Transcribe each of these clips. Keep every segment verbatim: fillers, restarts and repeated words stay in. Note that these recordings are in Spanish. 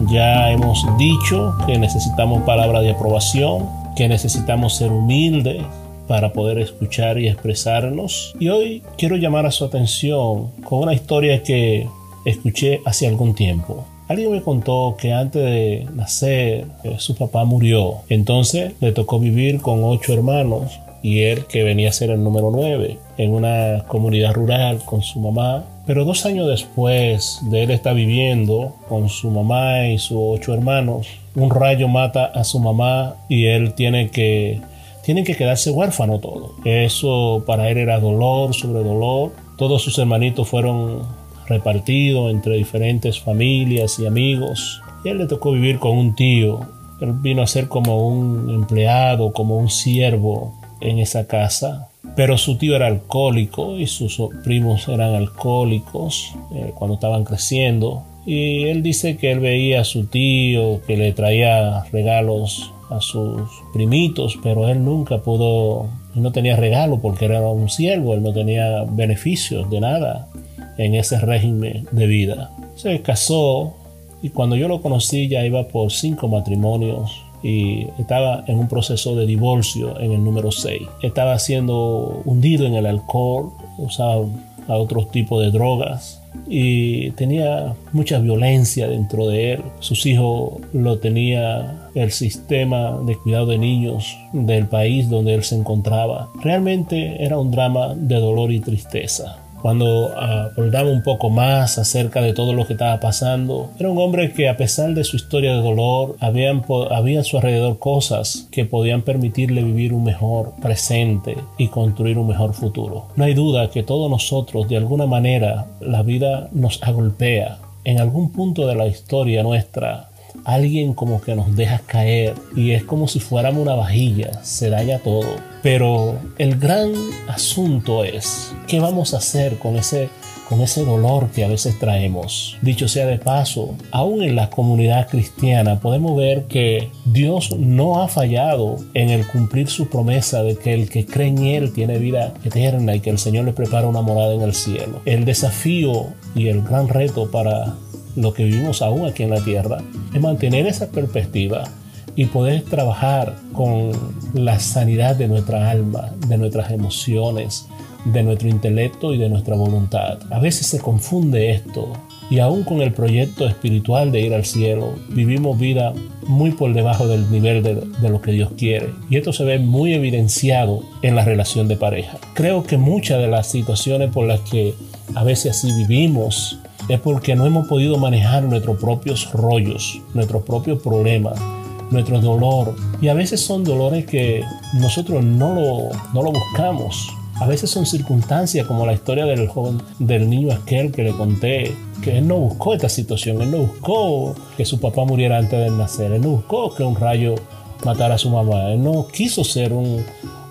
Ya hemos dicho que necesitamos palabras de aprobación, que necesitamos ser humildes para poder escuchar y expresarnos. Y hoy quiero llamar a su atención con una historia que escuché hace algún tiempo. Alguien me contó que antes de nacer eh, su papá murió. Entonces le tocó vivir con ocho hermanos y él, que venía a ser el número nueve, en una comunidad rural con su mamá. Pero dos años después de él estar viviendo con su mamá y sus ocho hermanos, un rayo mata a su mamá y él tiene que, tiene que quedarse huérfano todo. Eso para él era dolor sobre dolor. Todos sus hermanitos fueron repartido entre diferentes familias y amigos. Y a él le tocó vivir con un tío. Él vino a ser como un empleado, como un siervo en esa casa. Pero su tío era alcohólico y sus primos eran alcohólicos eh, cuando estaban creciendo. Y él dice que él veía a su tío que le traía regalos a sus primitos, pero él nunca pudo, él no tenía regalo porque era un siervo, él no tenía beneficios de nada en ese régimen de vida. Se casó y cuando yo lo conocí ya iba por cinco matrimonios y estaba en un proceso de divorcio en el número seis. Estaba siendo hundido en el alcohol, usaba a otros tipos de drogas y tenía mucha violencia dentro de él. Sus hijos lo tenía el sistema de cuidado de niños del país donde él se encontraba. Realmente era un drama de dolor y tristeza. Cuando abordaba un poco más acerca de todo lo que estaba pasando, era un hombre que, a pesar de su historia de dolor, habían, había a su alrededor cosas que podían permitirle vivir un mejor presente y construir un mejor futuro. No hay duda que todos nosotros, de alguna manera, la vida nos agolpea. En algún punto de la historia nuestra, alguien como que nos deja caer y es como si fuéramos una vajilla, se daña todo. Pero el gran asunto es, ¿qué vamos a hacer con ese, con ese dolor que a veces traemos? Dicho sea de paso, aún en la comunidad cristiana podemos ver que Dios no ha fallado en el cumplir su promesa de que el que cree en Él tiene vida eterna y que el Señor le prepara una morada en el cielo. El desafío y el gran reto para lo que vivimos aún aquí en la tierra es mantener esa perspectiva y poder trabajar con la sanidad de nuestra alma, de nuestras emociones, de nuestro intelecto y de nuestra voluntad. A veces se confunde esto y aún con el proyecto espiritual de ir al cielo, vivimos vida muy por debajo del nivel de, de lo que Dios quiere. Y esto se ve muy evidenciado en la relación de pareja. Creo que muchas de las situaciones por las que a veces así vivimos es porque no hemos podido manejar nuestros propios rollos, nuestros propios problemas, nuestro dolor. Y a veces son dolores que nosotros no lo, no lo buscamos. A veces son circunstancias como la historia del joven, del niño aquel que le conté, que él no buscó esta situación, él no buscó que su papá muriera antes de nacer, él no buscó que un rayo matara a su mamá, él no quiso ser un,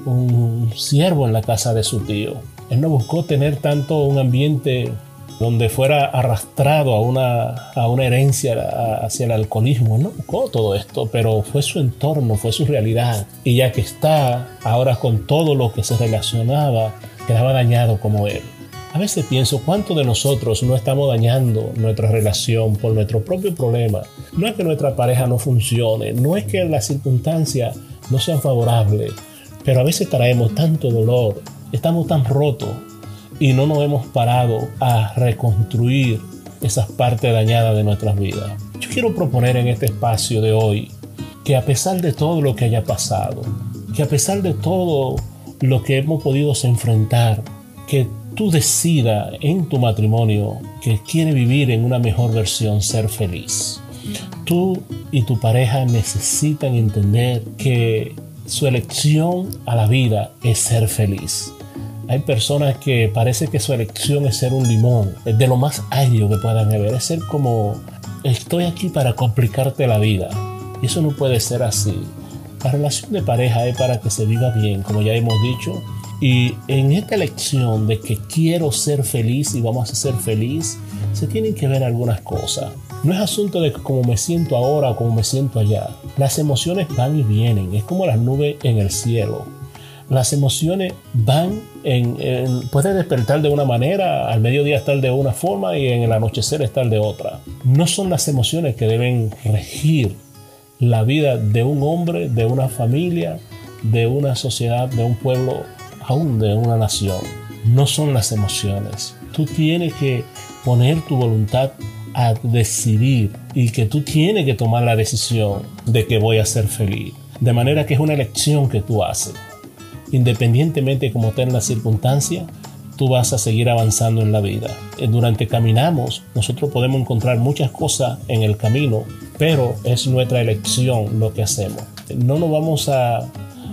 un siervo en la casa de su tío, él no buscó tener tanto un ambiente donde fuera arrastrado a una, a una herencia hacia el alcoholismo. No buscó todo esto, pero fue su entorno, fue su realidad. Y ya que está ahora con todo lo que se relacionaba, quedaba dañado como él. A veces pienso cuánto de nosotros no estamos dañando nuestra relación por nuestro propio problema. No es que nuestra pareja no funcione, no es que las circunstancias no sean favorables, pero a veces traemos tanto dolor, estamos tan rotos, y no nos hemos parado a reconstruir esas partes dañadas de nuestras vidas. Yo quiero proponer en este espacio de hoy que, a pesar de todo lo que haya pasado, que a pesar de todo lo que hemos podido enfrentar, que tú decidas en tu matrimonio que quieres vivir en una mejor versión, ser feliz. Tú y tu pareja necesitan entender que su elección a la vida es ser feliz. Hay personas que parece que su elección es ser un limón, es de lo más agrio que puedan haber, es ser como, estoy aquí para complicarte la vida. Y eso no puede ser así. La relación de pareja es para que se viva bien, como ya hemos dicho. Y en esta elección de que quiero ser feliz y vamos a ser feliz, se tienen que ver algunas cosas. No es asunto de cómo me siento ahora o cómo me siento allá. Las emociones van y vienen, es como las nubes en el cielo. Las emociones van, en, en, puede despertar de una manera, al mediodía estar de una forma y en el anochecer estar de otra. No son las emociones que deben regir la vida de un hombre, de una familia, de una sociedad, de un pueblo, aún de una nación. No son las emociones. Tú tienes que poner tu voluntad a decidir y que tú tienes que tomar la decisión de que voy a ser feliz. De manera que es una elección que tú haces. Independientemente de cómo estén las circunstancias, tú vas a seguir avanzando en la vida. Durante caminamos, nosotros podemos encontrar muchas cosas en el camino, pero es nuestra elección lo que hacemos. No nos vamos a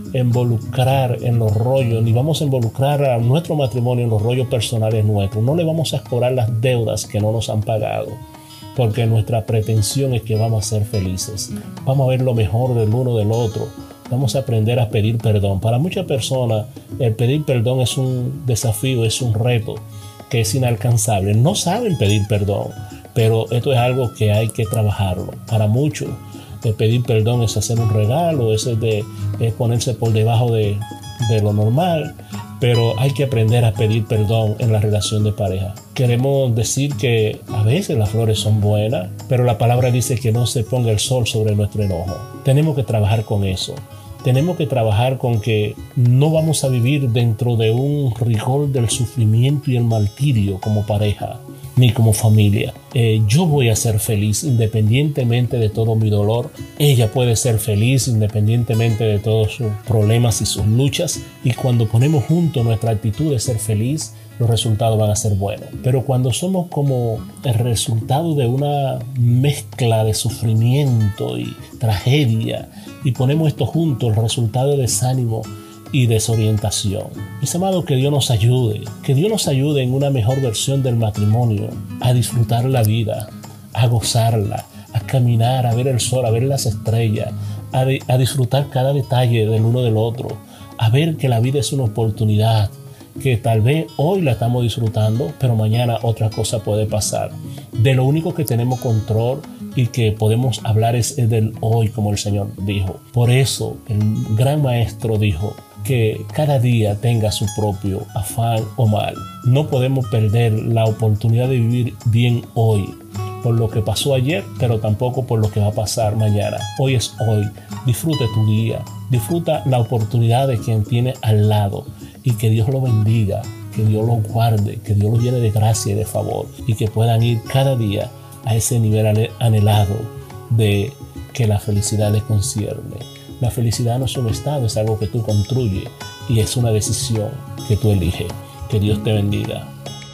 involucrar en los rollos, ni vamos a involucrar a nuestro matrimonio en los rollos personales nuestros. No le vamos a cobrar las deudas que no nos han pagado, porque nuestra pretensión es que vamos a ser felices. Vamos a ver lo mejor del uno del otro. Vamos a aprender a pedir perdón. Para muchas personas, el pedir perdón es un desafío, es un reto que es inalcanzable. No saben pedir perdón, pero esto es algo que hay que trabajarlo. Para muchos, el pedir perdón es hacer un regalo, es, de, es ponerse por debajo de, de lo normal, pero hay que aprender a pedir perdón en la relación de pareja. Queremos decir que a veces las flores son buenas, pero la palabra dice que no se ponga el sol sobre nuestro enojo. Tenemos que trabajar con eso. Tenemos que trabajar con que no vamos a vivir dentro de un rigor del sufrimiento y el martirio como pareja, ni como familia. Eh, yo voy a ser feliz independientemente de todo mi dolor. Ella puede ser feliz independientemente de todos sus problemas y sus luchas. Y cuando ponemos juntos nuestra actitud de ser feliz, los resultados van a ser buenos. Pero cuando somos como el resultado de una mezcla de sufrimiento y tragedia y ponemos esto juntos, el resultado de desánimo y desorientación. Mis amados, que Dios nos ayude, que Dios nos ayude en una mejor versión del matrimonio, a disfrutar la vida, a gozarla, a caminar, a ver el sol, a ver las estrellas, a, de, a disfrutar cada detalle del uno del otro, a ver que la vida es una oportunidad, que tal vez hoy la estamos disfrutando, pero mañana otra cosa puede pasar. De lo único que tenemos control y que podemos hablar es del hoy, como el Señor dijo. Por eso el gran maestro dijo que cada día tenga su propio afán o mal. No podemos perder la oportunidad de vivir bien hoy por lo que pasó ayer, pero tampoco por lo que va a pasar mañana. Hoy es hoy. Disfrute tu día. Disfruta la oportunidad de quien tiene al lado. Y que Dios lo bendiga, que Dios lo guarde, que Dios lo llene de gracia y de favor. Y que puedan ir cada día a ese nivel anhelado de que la felicidad les concierne. La felicidad no es un estado, es algo que tú construyes y es una decisión que tú eliges. Que Dios te bendiga.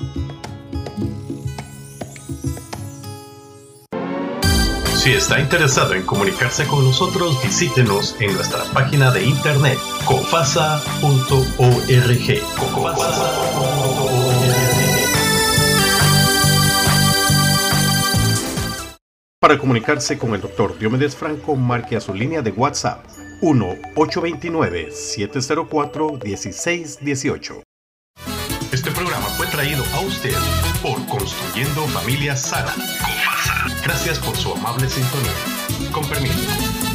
Si está interesado en comunicarse con nosotros, visítenos en nuestra página de internet cofasa punto org. cofasa punto org. Para comunicarse con el doctor Diomedes Franco, marque a su línea de WhatsApp uno ocho dos nueve, siete cero cuatro, uno seis uno ocho. Este programa fue traído a usted por Construyendo Familias Sana. Cofasa. Gracias por su amable sintonía. Con permiso.